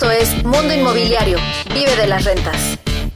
Esto es Mundo Inmobiliario. Vive de las rentas.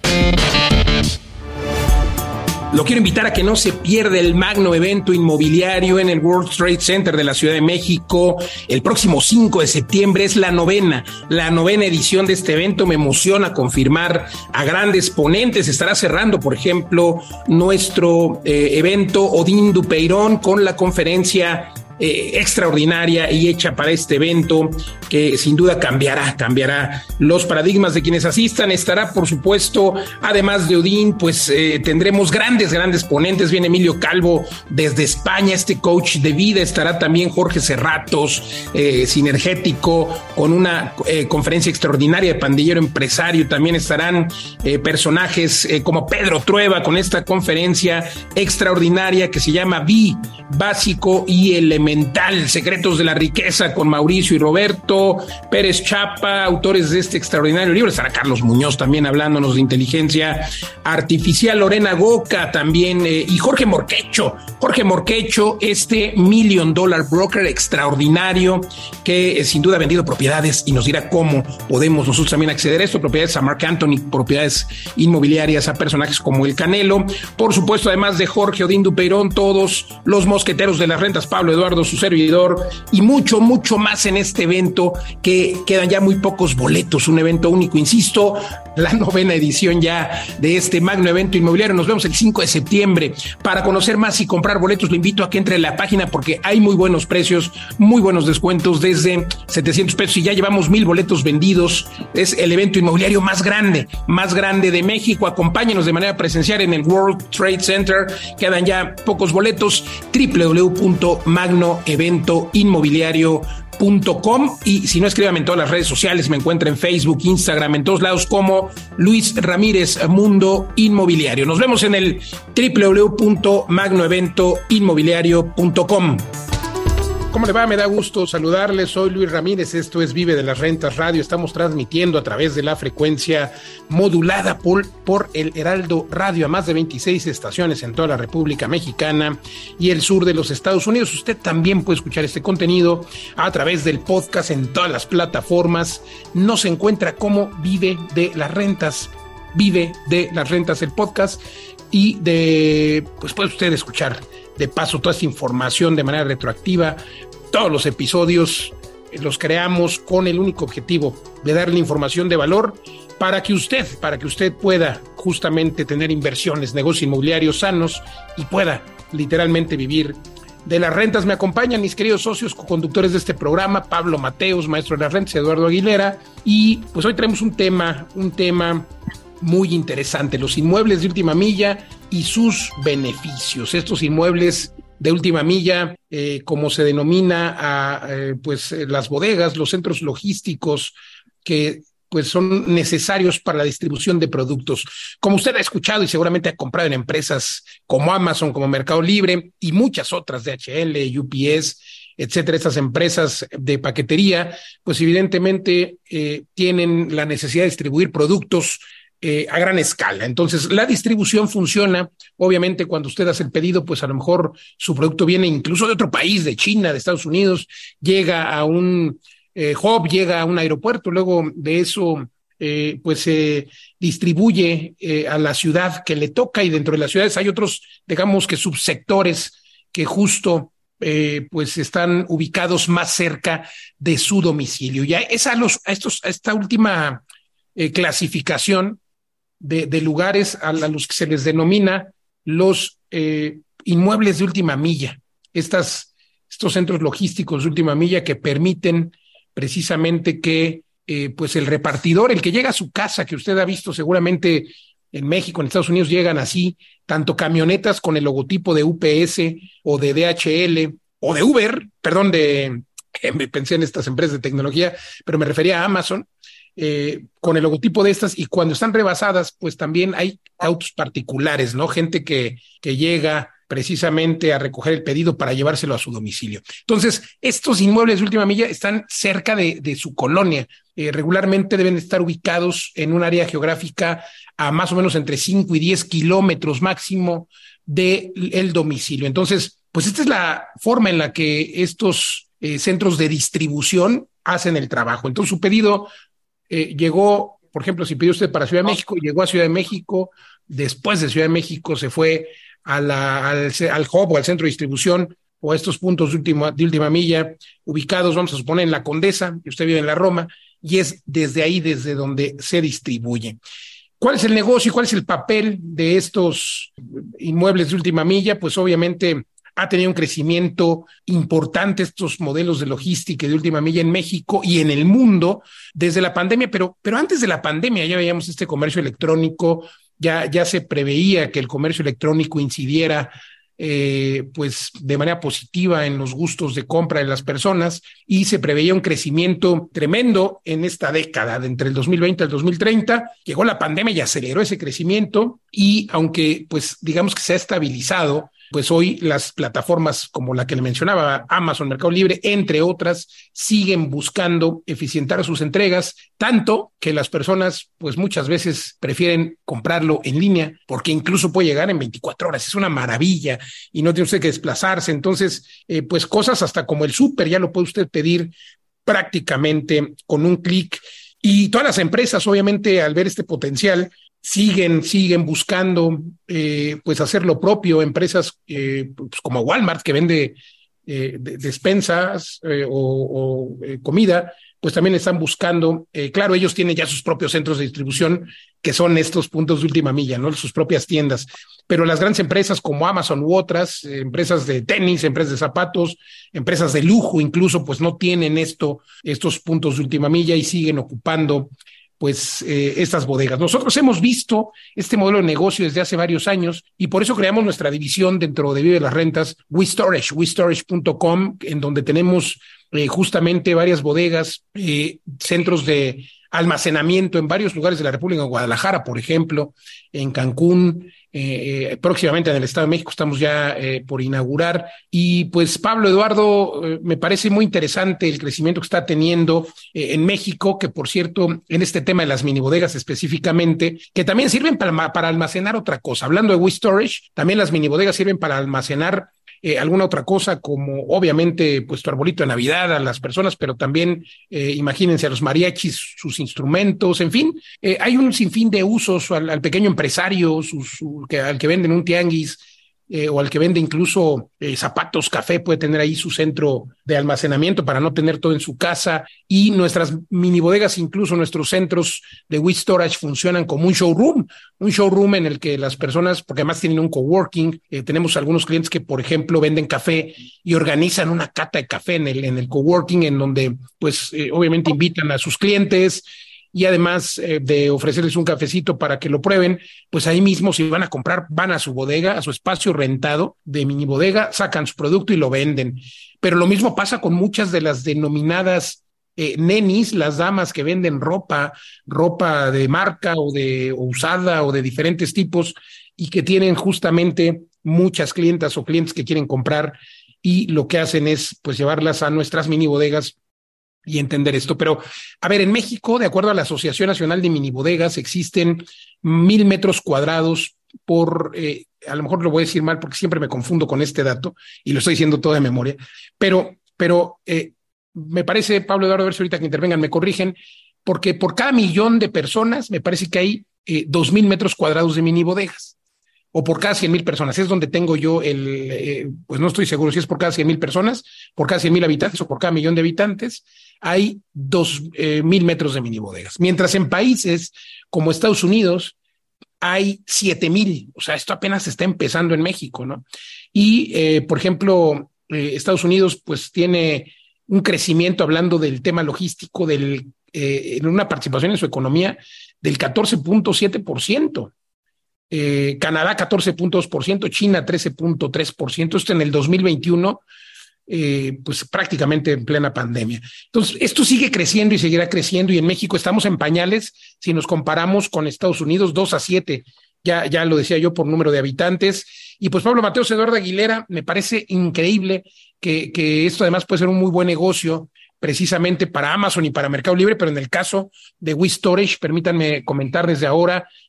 Lo quiero invitar a que no se pierda el magno evento inmobiliario en el World Trade Center de la Ciudad de México. El próximo 5 de septiembre es la novena edición de este evento. Me emociona confirmar a grandes ponentes. Estará cerrando, por ejemplo, nuestro evento Odín Dupeirón con la conferencia extraordinaria y hecha para este evento que sin duda cambiará los paradigmas de quienes asistan. Estará, por supuesto, además de Odín, pues tendremos grandes ponentes. Viene Emilio Calvo desde España, este coach de vida. Estará también Jorge Serratos, Sinergético, con una conferencia extraordinaria de pandillero empresario. También estarán personajes como Pedro Trueba con esta conferencia extraordinaria que se llama Básico y Elemental, Secretos de la Riqueza, con Mauricio y Roberto Pérez Chapa, autores de este extraordinario libro. Estará Carlos Muñoz también hablándonos de inteligencia artificial, Lorena Goca también, y Jorge Morquecho, este $1 million broker extraordinario que sin duda ha vendido propiedades y nos dirá cómo podemos nosotros también acceder a esto, propiedades a Marc Anthony, propiedades inmobiliarias a personajes como el Canelo. Por supuesto, además de Jorge, Odín Dupeirón, todos los mosqueteros de las rentas, Pablo Eduardo, su servidor, y mucho más en este evento, que quedan ya muy pocos boletos, un evento único, insisto, la 9ª edición ya de este magno evento inmobiliario. Nos vemos el 5 de septiembre. Para conocer más y comprar boletos, lo invito a que entre a la página porque hay muy buenos precios, muy buenos descuentos, desde $700 y ya llevamos 1,000 boletos vendidos. Es el evento inmobiliario más grande de México. Acompáñenos de manera presencial en el World Trade Center. Quedan ya pocos boletos. www.magnoeventoinmobiliario.com, y si no, escríbame en todas las redes sociales. Me encuentra en Facebook, Instagram, en todos lados como Luis Ramírez Mundo Inmobiliario. Nos vemos en el www.magnoeventoinmobiliario.com. ¿Cómo le va? Me da gusto saludarles. Soy Luis Ramírez. Esto es Vive de las Rentas Radio. Estamos transmitiendo a través de la frecuencia modulada por el Heraldo Radio a más de 26 estaciones en toda la República Mexicana y el sur de los Estados Unidos. Usted también puede escuchar este contenido a través del podcast en todas las plataformas. Nos encuentra como Vive de las Rentas. Vive de las Rentas, el podcast, y pues puede usted escuchar de paso toda esta información de manera retroactiva. Todos los episodios los creamos con el único objetivo de darle información de valor para que usted pueda justamente tener inversiones, negocios inmobiliarios sanos y pueda literalmente vivir de las rentas. Me acompañan mis queridos socios coconductores de este programa, Pablo Mateos, maestro de las rentas, Eduardo Aguilera, y pues hoy traemos un tema muy interesante: los inmuebles de última milla y sus beneficios. Estos inmuebles de última milla, como se denomina las bodegas, los centros logísticos que pues son necesarios para la distribución de productos. Como usted ha escuchado y seguramente ha comprado en empresas como Amazon, como Mercado Libre y muchas otras, DHL, UPS, etcétera, estas empresas de paquetería, pues evidentemente tienen la necesidad de distribuir productos a gran escala. Entonces, la distribución funciona, obviamente, cuando usted hace el pedido, pues a lo mejor su producto viene incluso de otro país, de China, de Estados Unidos, llega a un hub, llega a un aeropuerto, luego de eso pues se distribuye a la ciudad que le toca, y dentro de las ciudades hay otros, digamos que subsectores que justo pues están ubicados más cerca de su domicilio. Ya es a esta última clasificación de lugares a los que se les denomina los inmuebles de última milla, estos centros logísticos de última milla que permiten precisamente que pues el repartidor, el que llega a su casa, que usted ha visto seguramente en México, en Estados Unidos llegan así, tanto camionetas con el logotipo de UPS o de DHL o de Uber, pensé en estas empresas de tecnología, pero me refería a Amazon, con el logotipo de estas, y cuando están rebasadas, pues también hay autos particulares, ¿no? Gente que llega precisamente a recoger el pedido para llevárselo a su domicilio. Entonces, estos inmuebles de última milla están cerca de su colonia. Regularmente deben estar ubicados en un área geográfica a más o menos entre 5 y 10 kilómetros máximo del domicilio. Entonces, pues esta es la forma en la que estos centros de distribución hacen el trabajo. Entonces, su pedido llegó, por ejemplo, si pidió usted para Ciudad de México, llegó a Ciudad de México, después de Ciudad de México se fue al hub o al centro de distribución o a estos puntos de última milla ubicados, vamos a suponer, en la Condesa, y usted vive en la Roma, y es desde ahí desde donde se distribuye. ¿Cuál es el negocio y cuál es el papel de estos inmuebles de última milla? Pues obviamente ha tenido un crecimiento importante estos modelos de logística y de última milla en México y en el mundo desde la pandemia, pero antes de la pandemia ya veíamos este comercio electrónico, ya se preveía que el comercio electrónico incidiera pues de manera positiva en los gustos de compra de las personas y se preveía un crecimiento tremendo en esta década, de entre el 2020 al 2030. Llegó la pandemia y aceleró ese crecimiento y aunque pues digamos que se ha estabilizado, pues hoy las plataformas como la que le mencionaba, Amazon, Mercado Libre, entre otras, siguen buscando eficientar sus entregas, tanto que las personas pues muchas veces prefieren comprarlo en línea porque incluso puede llegar en 24 horas. Es una maravilla y no tiene usted que desplazarse. Entonces, pues cosas hasta como el súper ya lo puede usted pedir prácticamente con un clic. Y todas las empresas, obviamente, al ver este potencial, siguen buscando pues hacer lo propio. Empresas pues como Walmart, que vende despensas comida, pues también están buscando, claro, ellos tienen ya sus propios centros de distribución, que son estos puntos de última milla, ¿no? Sus propias tiendas. Pero las grandes empresas como Amazon u otras, empresas de tenis, empresas de zapatos, empresas de lujo incluso, pues no tienen estos puntos de última milla y siguen ocupando pues estas bodegas. Nosotros hemos visto este modelo de negocio desde hace varios años y por eso creamos nuestra división dentro de Vive las Rentas, WeStorage.com, en donde tenemos justamente varias bodegas, centros de almacenamiento en varios lugares de la República, en Guadalajara, por ejemplo, en Cancún, próximamente en el Estado de México estamos ya por inaugurar. Y pues Pablo Eduardo, me parece muy interesante el crecimiento que está teniendo en México, que por cierto, en este tema de las mini bodegas específicamente, que también sirven para almacenar otra cosa. Hablando de WeStorage, también las mini bodegas sirven para almacenar alguna otra cosa, como obviamente pues tu arbolito de Navidad a las personas, pero también imagínense a los mariachis, sus instrumentos, en fin, hay un sinfín de usos al pequeño empresario, al que venden un tianguis, o al que vende incluso zapatos, café, puede tener ahí su centro de almacenamiento para no tener todo en su casa. Y nuestras mini bodegas, incluso nuestros centros de WeStorage funcionan como un showroom en el que las personas, porque además tienen un coworking, tenemos algunos clientes que, por ejemplo, venden café y organizan una cata de café en el coworking, en donde pues obviamente invitan a sus clientes. Y además de ofrecerles un cafecito para que lo prueben, pues ahí mismo si van a comprar, van a su bodega, a su espacio rentado de mini bodega, sacan su producto y lo venden. Pero lo mismo pasa con muchas de las denominadas nenis, las damas que venden ropa de marca o usada o de diferentes tipos y que tienen justamente muchas clientas o clientes que quieren comprar y lo que hacen es pues llevarlas a nuestras mini bodegas y entender esto. Pero, a ver, en México, de acuerdo a la Asociación Nacional de Minibodegas, existen 1,000 metros cuadrados por, a lo mejor lo voy a decir mal porque siempre me confundo con este dato y lo estoy diciendo todo de memoria, pero me parece, Pablo Eduardo, a ver si ahorita que intervengan me corrigen, porque por cada 1,000,000 de personas me parece que hay 2,000 metros cuadrados de minibodegas. O por cada 100,000 personas, es donde tengo yo pues no estoy seguro si es por cada 100,000 personas, por cada 100,000 habitantes o por cada 1,000,000 de habitantes, hay 2,000 metros de mini bodegas. Mientras en países como Estados Unidos hay 7,000, o sea, esto apenas está empezando en México, ¿no? Y, por ejemplo, Estados Unidos pues tiene un crecimiento, hablando del tema logístico, en una participación en su economía del 14.7%. Canadá 14.2%, China 13.3%, esto en el 2021, pues prácticamente en plena pandemia. Entonces, esto sigue creciendo y seguirá creciendo y en México estamos en pañales si nos comparamos con Estados Unidos, 2-7, ya lo decía yo, por número de habitantes. Y pues Pablo Mateos Eduardo Aguilera, me parece increíble que esto además puede ser un muy buen negocio precisamente para Amazon y para Mercado Libre, pero en el caso de WeStorage, permítanme comentar desde ahora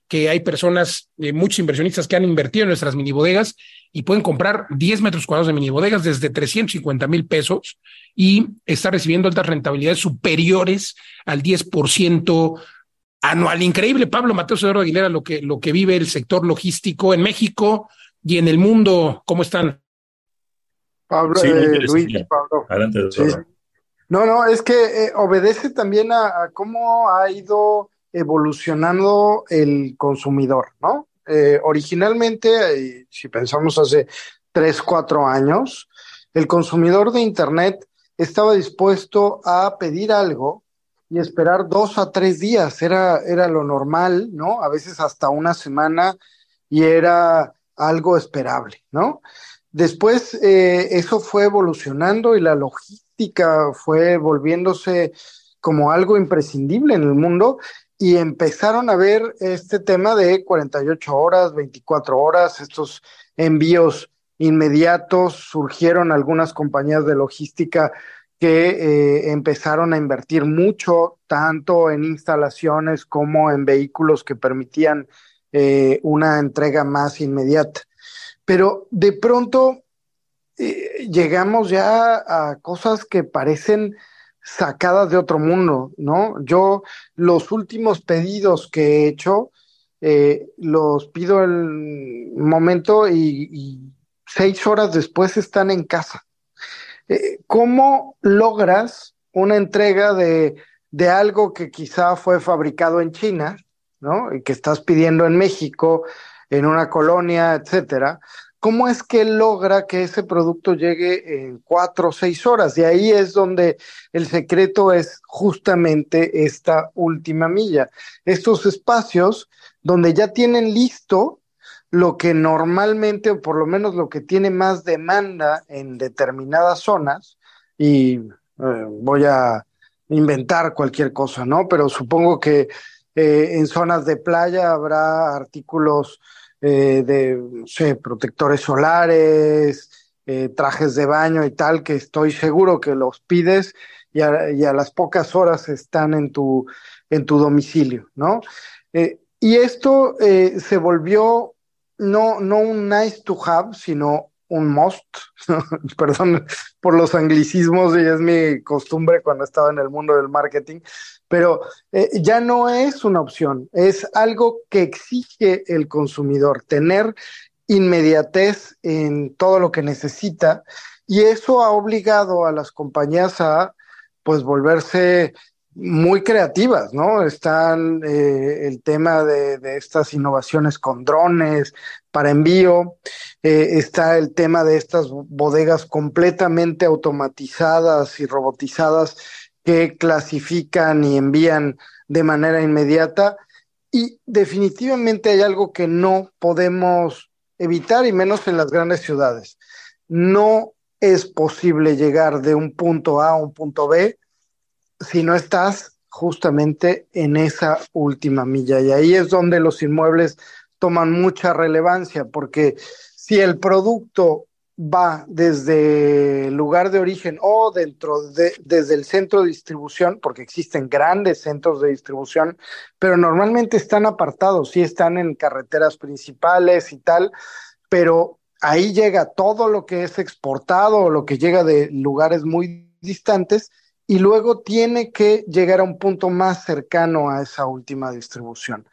que hay personas, muchos inversionistas que han invertido en nuestras mini bodegas y pueden comprar 10 metros cuadrados de mini bodegas desde 350,000 pesos y está recibiendo altas rentabilidades superiores al 10% anual. Increíble, Pablo Mateo Eduardo Aguilera, lo que vive el sector logístico en México y en el mundo. ¿Cómo están? Pablo, Sí, muy Luis, interesante. Pablo. Adelante, Sí. doctor. No, es que obedece también a cómo ha ido evolucionando el consumidor, ¿no? Originalmente, si pensamos hace 3, 4 años, el consumidor de Internet estaba dispuesto a pedir algo y esperar 2 a 3 días, era lo normal, ¿no? A veces hasta una semana y era algo esperable, ¿no? Después eso fue evolucionando y la logística fue volviéndose como algo imprescindible en el mundo y empezaron a ver este tema de 48 horas, 24 horas, estos envíos inmediatos. Surgieron algunas compañías de logística que empezaron a invertir mucho, tanto en instalaciones como en vehículos que permitían una entrega más inmediata. Pero de pronto llegamos ya a cosas que parecen sacadas de otro mundo, ¿no? Yo los últimos pedidos que he hecho, los pido el momento y 6 horas después están en casa. ¿Cómo logras una entrega de algo que quizá fue fabricado en China, ¿no? Y que estás pidiendo en México, en una colonia, etcétera? ¿Cómo es que logra que ese producto llegue en 4 o 6 horas? Y ahí es donde el secreto es justamente esta última milla. Estos espacios donde ya tienen listo lo que normalmente, o por lo menos lo que tiene más demanda en determinadas zonas, y voy a inventar cualquier cosa, ¿no? Pero supongo que en zonas de playa habrá artículos de, no sé, protectores solares, trajes de baño y tal, que estoy seguro que los pides y a las pocas horas están en tu domicilio, ¿no? Y esto se volvió no un nice to have, sino un must. Perdón por los anglicismos, y es mi costumbre cuando estaba en el mundo del marketing, pero ya no es una opción, es algo que exige el consumidor, tener inmediatez en todo lo que necesita, y eso ha obligado a las compañías a pues volverse muy creativas, ¿no? Están el tema de estas innovaciones con drones para envío, está el tema de estas bodegas completamente automatizadas y robotizadas que clasifican y envían de manera inmediata, y definitivamente hay algo que no podemos evitar, y menos en las grandes ciudades. No es posible llegar de un punto A a un punto B si no estás justamente en esa última milla. Y ahí es donde los inmuebles toman mucha relevancia, porque si el producto va desde el lugar de origen o desde el centro de distribución, porque existen grandes centros de distribución, pero normalmente están apartados, sí están en carreteras principales y tal, pero ahí llega todo lo que es exportado o lo que llega de lugares muy distantes, y luego tiene que llegar a un punto más cercano a esa última distribución.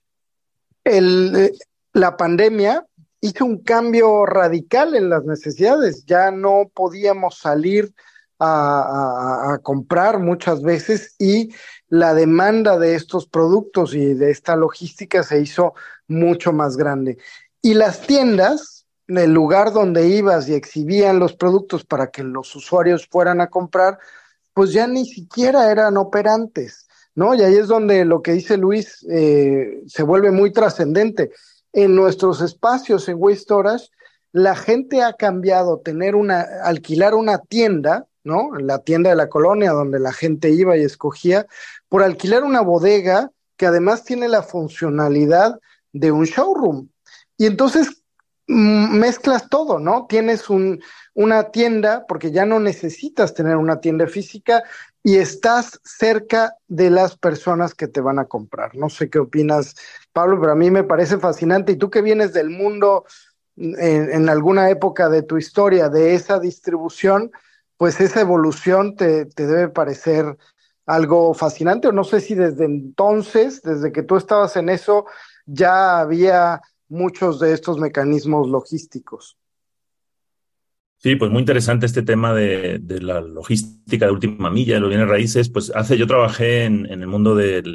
La pandemia hizo un cambio radical en las necesidades. Ya no podíamos salir a comprar muchas veces, y la demanda de estos productos y de esta logística se hizo mucho más grande. Y las tiendas, el lugar donde ibas y exhibían los productos para que los usuarios fueran a comprar, pues ya ni siquiera eran operantes, ¿no? Y ahí es donde lo que dice Luis se vuelve muy trascendente. En nuestros espacios en Waste Storage, la gente ha cambiado alquilar una tienda, ¿no? La tienda de la colonia donde la gente iba y escogía, por alquilar una bodega que además tiene la funcionalidad de un showroom. Y entonces mezclas todo, ¿no? Tienes una tienda, porque ya no necesitas tener una tienda física y estás cerca de las personas que te van a comprar. No sé qué opinas, Pablo, pero a mí me parece fascinante. Y tú que vienes del mundo en alguna época de tu historia de esa distribución, pues esa evolución te debe parecer algo fascinante, o no sé si desde entonces, desde que tú estabas en eso, ya había muchos de estos mecanismos logísticos. Sí, pues muy interesante este tema de la logística de última milla, de los bienes raíces. Pues yo trabajé en el mundo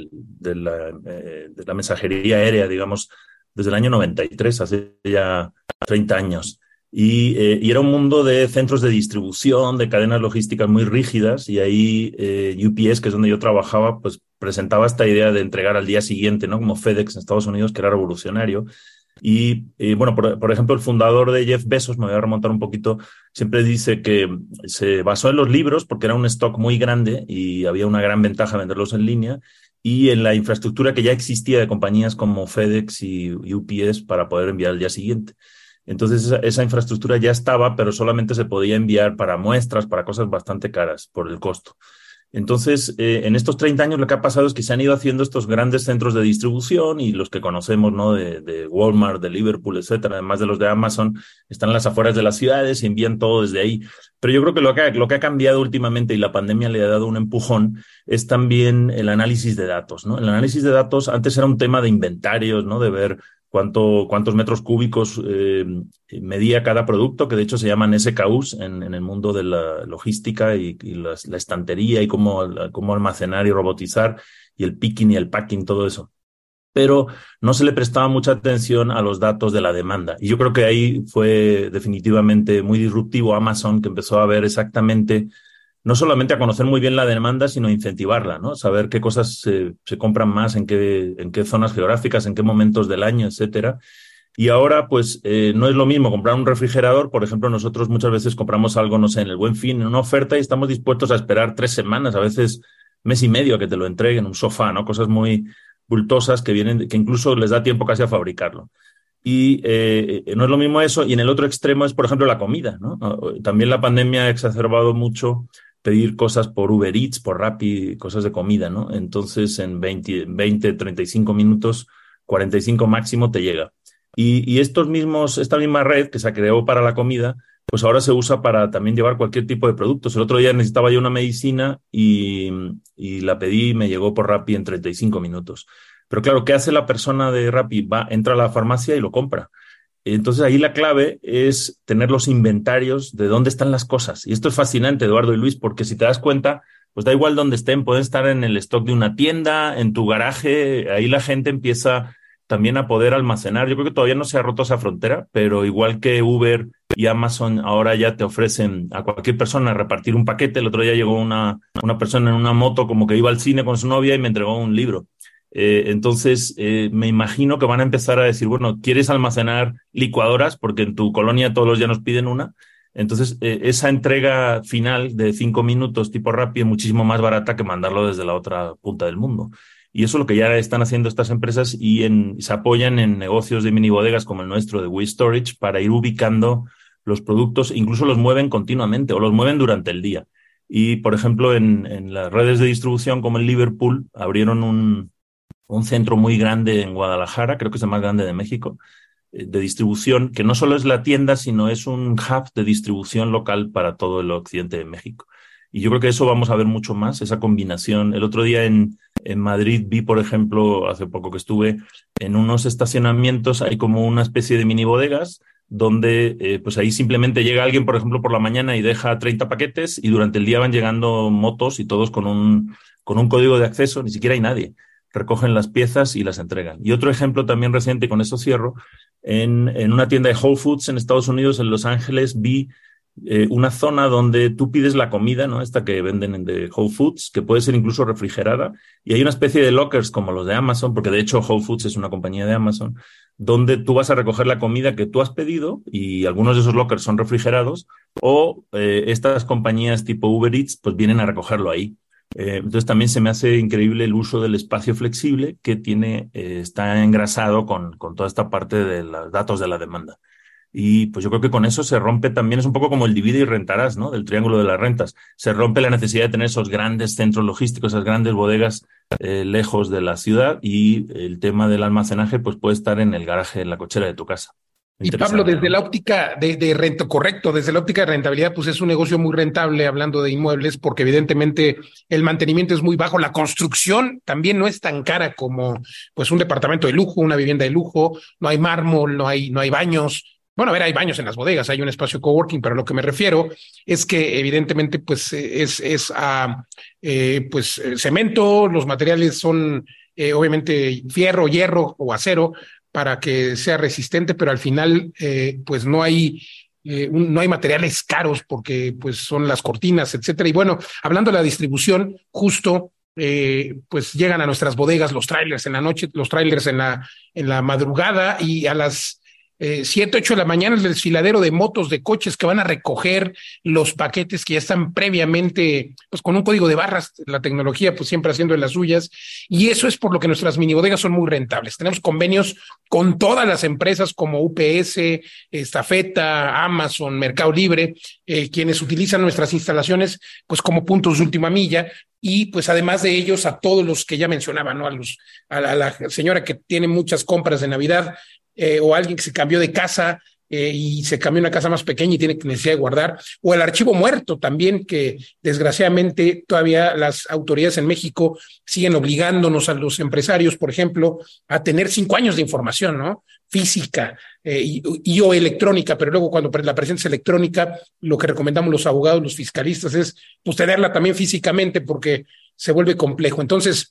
de la mensajería aérea, digamos, desde el año 93, hace ya 30 años. Y era un mundo de centros de distribución, de cadenas logísticas muy rígidas, y ahí UPS, que es donde yo trabajaba, pues presentaba esta idea de entregar al día siguiente, ¿no? Como FedEx en Estados Unidos, que era revolucionario. Y bueno, por ejemplo, el fundador de Jeff Bezos, me voy a remontar un poquito, siempre dice que se basó en los libros porque era un stock muy grande y había una gran ventaja venderlos en línea, y en la infraestructura que ya existía de compañías como FedEx y UPS para poder enviar al día siguiente. Entonces esa infraestructura ya estaba, pero solamente se podía enviar para muestras, para cosas bastante caras por el costo. Entonces, en estos 30 años lo que ha pasado es que se han ido haciendo estos grandes centros de distribución, y los que conocemos, ¿no? De Walmart, de Liverpool, etcétera, además de los de Amazon, están en las afueras de las ciudades y envían todo desde ahí. Pero yo creo que lo que ha cambiado últimamente, y la pandemia le ha dado un empujón, es también el análisis de datos, ¿no? El análisis de datos antes era un tema de inventarios, ¿no? De ver cuántos metros cúbicos medía cada producto, que de hecho se llaman SKUs en el mundo de la logística y la estantería, y cómo almacenar y robotizar, y el picking y el packing, todo eso. Pero no se le prestaba mucha atención a los datos de la demanda. Y yo creo que ahí fue definitivamente muy disruptivo Amazon, que empezó a ver exactamente, no solamente a conocer muy bien la demanda, sino a incentivarla, ¿no? Saber qué cosas se compran más, en qué zonas geográficas, en qué momentos del año, etcétera. Y ahora, pues, no es lo mismo comprar un refrigerador. Por ejemplo, nosotros muchas veces compramos algo, no sé, en el Buen Fin, en una oferta, y estamos dispuestos a esperar 3 semanas, a veces mes y medio, a que te lo entreguen, un sofá, ¿no? Cosas muy bultosas que vienen, que incluso les da tiempo casi a fabricarlo. Y no es lo mismo eso. Y en el otro extremo es, por ejemplo, la comida, ¿no? También la pandemia ha exacerbado mucho pedir cosas por Uber Eats, por Rappi, cosas de comida, ¿no? Entonces, en 20, 35 minutos, 45 máximo, te llega. Y esta misma red que se creó para la comida, pues ahora se usa para también llevar cualquier tipo de productos. El otro día necesitaba yo una medicina y la pedí y me llegó por Rappi en 35 minutos. Pero claro, ¿qué hace la persona de Rappi? Entra a la farmacia y lo compra. Entonces ahí la clave es tener los inventarios de dónde están las cosas. Y esto es fascinante, Eduardo y Luis, porque si te das cuenta, pues da igual dónde estén, pueden estar en el stock de una tienda, en tu garaje. Ahí la gente empieza también a poder almacenar. Yo creo que todavía no se ha roto esa frontera, pero igual que Uber y Amazon ahora ya te ofrecen a cualquier persona repartir un paquete. El otro día llegó una persona en una moto, como que iba al cine con su novia, y me entregó un libro. Entonces, me imagino que van a empezar a decir, bueno, ¿quieres almacenar licuadoras? Porque en tu colonia todos los días nos piden una. Entonces, esa entrega final de 5 minutos tipo Rappi es muchísimo más barata que mandarlo desde la otra punta del mundo. Y eso es lo que ya están haciendo estas empresas, y se apoyan en negocios de mini bodegas como el nuestro de We Storage para ir ubicando los productos. Incluso los mueven continuamente o los mueven durante el día. Y, por ejemplo, en las redes de distribución como el Liverpool abrieron un centro muy grande en Guadalajara, creo que es el más grande de México, de distribución, que no solo es la tienda, sino es un hub de distribución local para todo el occidente de México. Y yo creo que eso vamos a ver mucho más, esa combinación. El otro día en Madrid vi, por ejemplo, hace poco que estuve, en unos estacionamientos hay como una especie de mini bodegas donde pues ahí simplemente llega alguien, por ejemplo, por la mañana y deja 30 paquetes, y durante el día van llegando motos y todos con un código de acceso, ni siquiera hay nadie. Recogen las piezas y las entregan. Y otro ejemplo también reciente, con eso cierro, en una tienda de Whole Foods en Estados Unidos, en Los Ángeles, vi una zona donde tú pides la comida, ¿no? Esta que venden de Whole Foods, que puede ser incluso refrigerada, y hay una especie de lockers como los de Amazon, porque de hecho Whole Foods es una compañía de Amazon, donde tú vas a recoger la comida que tú has pedido, y algunos de esos lockers son refrigerados, o estas compañías tipo Uber Eats pues vienen a recogerlo ahí. Entonces también se me hace increíble el uso del espacio flexible que tiene, está engrasado con toda esta parte de los datos de la demanda. Y pues yo creo que con eso se rompe también, es un poco como el divide y rentarás, ¿no? Del triángulo de las rentas. Se rompe la necesidad de tener esos grandes centros logísticos, esas grandes bodegas lejos de la ciudad, y el tema del almacenaje pues puede estar en el garaje, en la cochera de tu casa. Y Pablo, desde ¿no? la óptica de renta, correcto, desde la óptica de rentabilidad, pues es un negocio muy rentable hablando de inmuebles, porque evidentemente el mantenimiento es muy bajo, la construcción también no es tan cara como pues un departamento de lujo, una vivienda de lujo, no hay mármol, no hay baños. Bueno, a ver, hay baños en las bodegas, hay un espacio coworking, pero lo que me refiero es que evidentemente pues cemento, los materiales son obviamente fierro, hierro o acero, para que sea resistente, pero al final pues no hay materiales caros porque pues son las cortinas, etcétera. Y bueno, hablando de la distribución, justo pues llegan a nuestras bodegas los trailers en la noche, los trailers en la madrugada, y a las 7, 8 de la mañana el desfiladero de motos, de coches que van a recoger los paquetes que ya están previamente, pues con un código de barras, la tecnología pues siempre haciendo de las suyas, y eso es por lo que nuestras mini bodegas son muy rentables. Tenemos convenios con todas las empresas como UPS, Estafeta, Amazon, Mercado Libre, quienes utilizan nuestras instalaciones pues como puntos de última milla. Y pues además de ellos, a todos los que ya mencionaba, ¿no? A la señora que tiene muchas compras de Navidad, o alguien que se cambió de casa y se cambió a una casa más pequeña y tiene necesidad de guardar, o el archivo muerto también, que desgraciadamente todavía las autoridades en México siguen obligándonos a los empresarios, por ejemplo, a tener 5 años de información, ¿no? Física y o electrónica, pero luego cuando la presencia electrónica, lo que recomendamos los abogados, los fiscalistas, es pues tenerla también físicamente, porque se vuelve complejo. Entonces,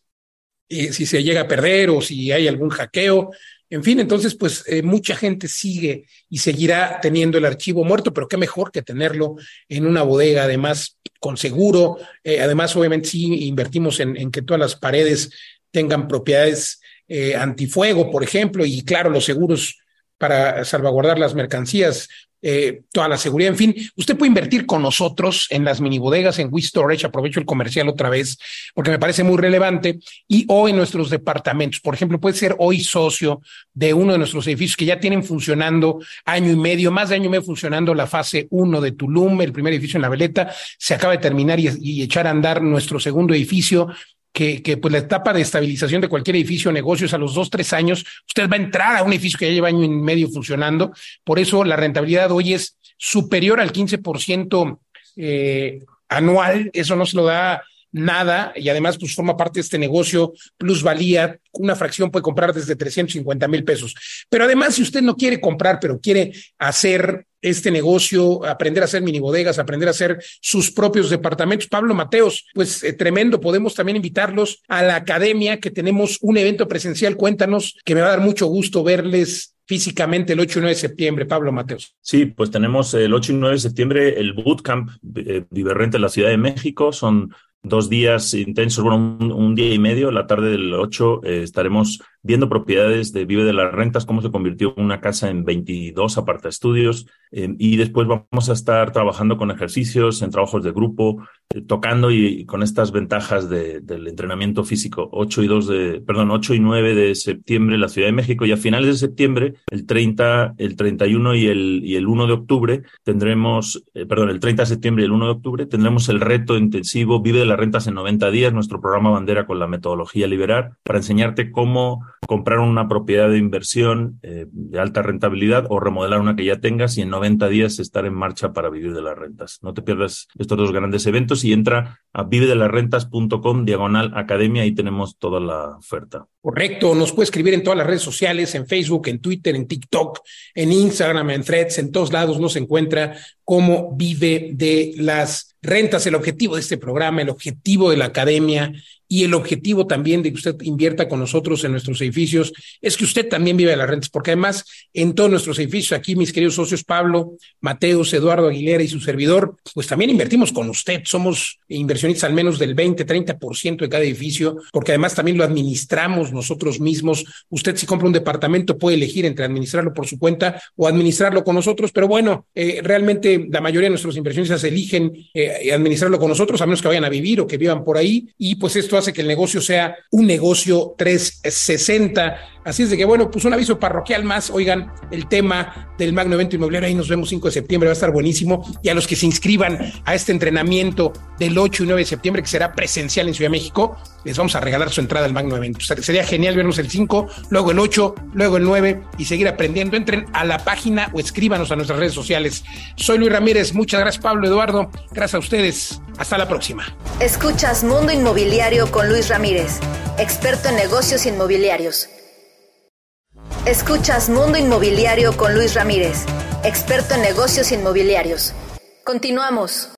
si se llega a perder o si hay algún hackeo, en fin, entonces pues mucha gente sigue y seguirá teniendo el archivo muerto, pero qué mejor que tenerlo en una bodega, además con seguro. Además, obviamente sí invertimos en que todas las paredes tengan propiedades antifuego, por ejemplo, y claro, los seguros para salvaguardar las mercancías, toda la seguridad. En fin, usted puede invertir con nosotros en las mini bodegas, en WeStorage, aprovecho el comercial otra vez porque me parece muy relevante, y o en nuestros departamentos. Por ejemplo, puede ser hoy socio de uno de nuestros edificios que ya tienen funcionando año y medio, más de año y medio funcionando la fase 1 de Tulum, el primer edificio en La Veleta. Se acaba de terminar y echar a andar nuestro segundo edificio, que pues la etapa de estabilización de cualquier edificio o negocio es a los 2, 3 años. Usted va a entrar a un edificio que ya lleva año y medio funcionando. Por eso la rentabilidad hoy es superior al 15% anual. Eso no se lo da nada, y además pues forma parte de este negocio plusvalía. Una fracción puede comprar desde 350,000 pesos. Pero además, si usted no quiere comprar, pero quiere hacer este negocio, aprender a hacer mini bodegas, aprender a hacer sus propios departamentos, Pablo Mateos, pues tremendo. Podemos también invitarlos a la academia, que tenemos un evento presencial. Cuéntanos, que me va a dar mucho gusto verles físicamente el 8 y 9 de septiembre, Pablo Mateos. Sí, pues tenemos el 8 y 9 de septiembre el Bootcamp Viverrenta en la Ciudad de México. Son 2 días intensos, bueno, un día y medio. La tarde del 8 estaremos viendo propiedades de Vive de las Rentas, cómo se convirtió una casa en 22 apartaestudios, y después vamos a estar trabajando con ejercicios, en trabajos de grupo, tocando y con estas ventajas del entrenamiento físico. 8 y 9 de septiembre en la Ciudad de México, y a finales de septiembre, el 30, el 31 y el 1 de octubre tendremos, el 30 de septiembre y el 1 de octubre tendremos el reto intensivo Vive de las Rentas en 90 días, nuestro programa bandera con la metodología Liberar, para enseñarte cómo comprar una propiedad de inversión de alta rentabilidad o remodelar una que ya tengas, y en 90 días estar en marcha para vivir de las rentas. No te pierdas estos 2 grandes eventos y entra a vivedelasrentas.com/academia. Ahí tenemos toda la oferta. Correcto, nos puede escribir en todas las redes sociales, en Facebook, en Twitter, en TikTok, en Instagram, en Threads, en todos lados nos encuentra como Vive de las Rentas. El objetivo de este programa, el objetivo de la academia y el objetivo también de que usted invierta con nosotros en nuestros edificios es que usted también vive de las rentas, porque además en todos nuestros edificios, aquí mis queridos socios Pablo, Mateos, Eduardo Aguilera y su servidor, pues también invertimos con usted. Somos inversionistas al menos del 20-30% de cada edificio, porque además también lo administramos nosotros mismos. Usted, si compra un departamento, puede elegir entre administrarlo por su cuenta o administrarlo con nosotros, pero bueno, realmente la mayoría de nuestros inversionistas eligen administrarlo con nosotros, a menos que vayan a vivir o que vivan por ahí, y pues esto hace que el negocio sea un negocio 360. Así es de que, bueno, pues un aviso parroquial más. Oigan, el tema del magno evento inmobiliario, ahí nos vemos 5 de septiembre, va a estar buenísimo. Y a los que se inscriban a este entrenamiento del 8 y 9 de septiembre, que será presencial en Ciudad de México, les vamos a regalar su entrada al magno evento. O sea, sería genial vernos el 5, luego el 8, luego el 9 y seguir aprendiendo. Entren a la página o escríbanos a nuestras redes sociales. Soy Luis Ramírez, muchas gracias Pablo, Eduardo, gracias a ustedes. Hasta la próxima. Escuchas Mundo Inmobiliario con Luis Ramírez, experto en negocios inmobiliarios. Escuchas Mundo Inmobiliario con Luis Ramírez, experto en negocios inmobiliarios. Continuamos.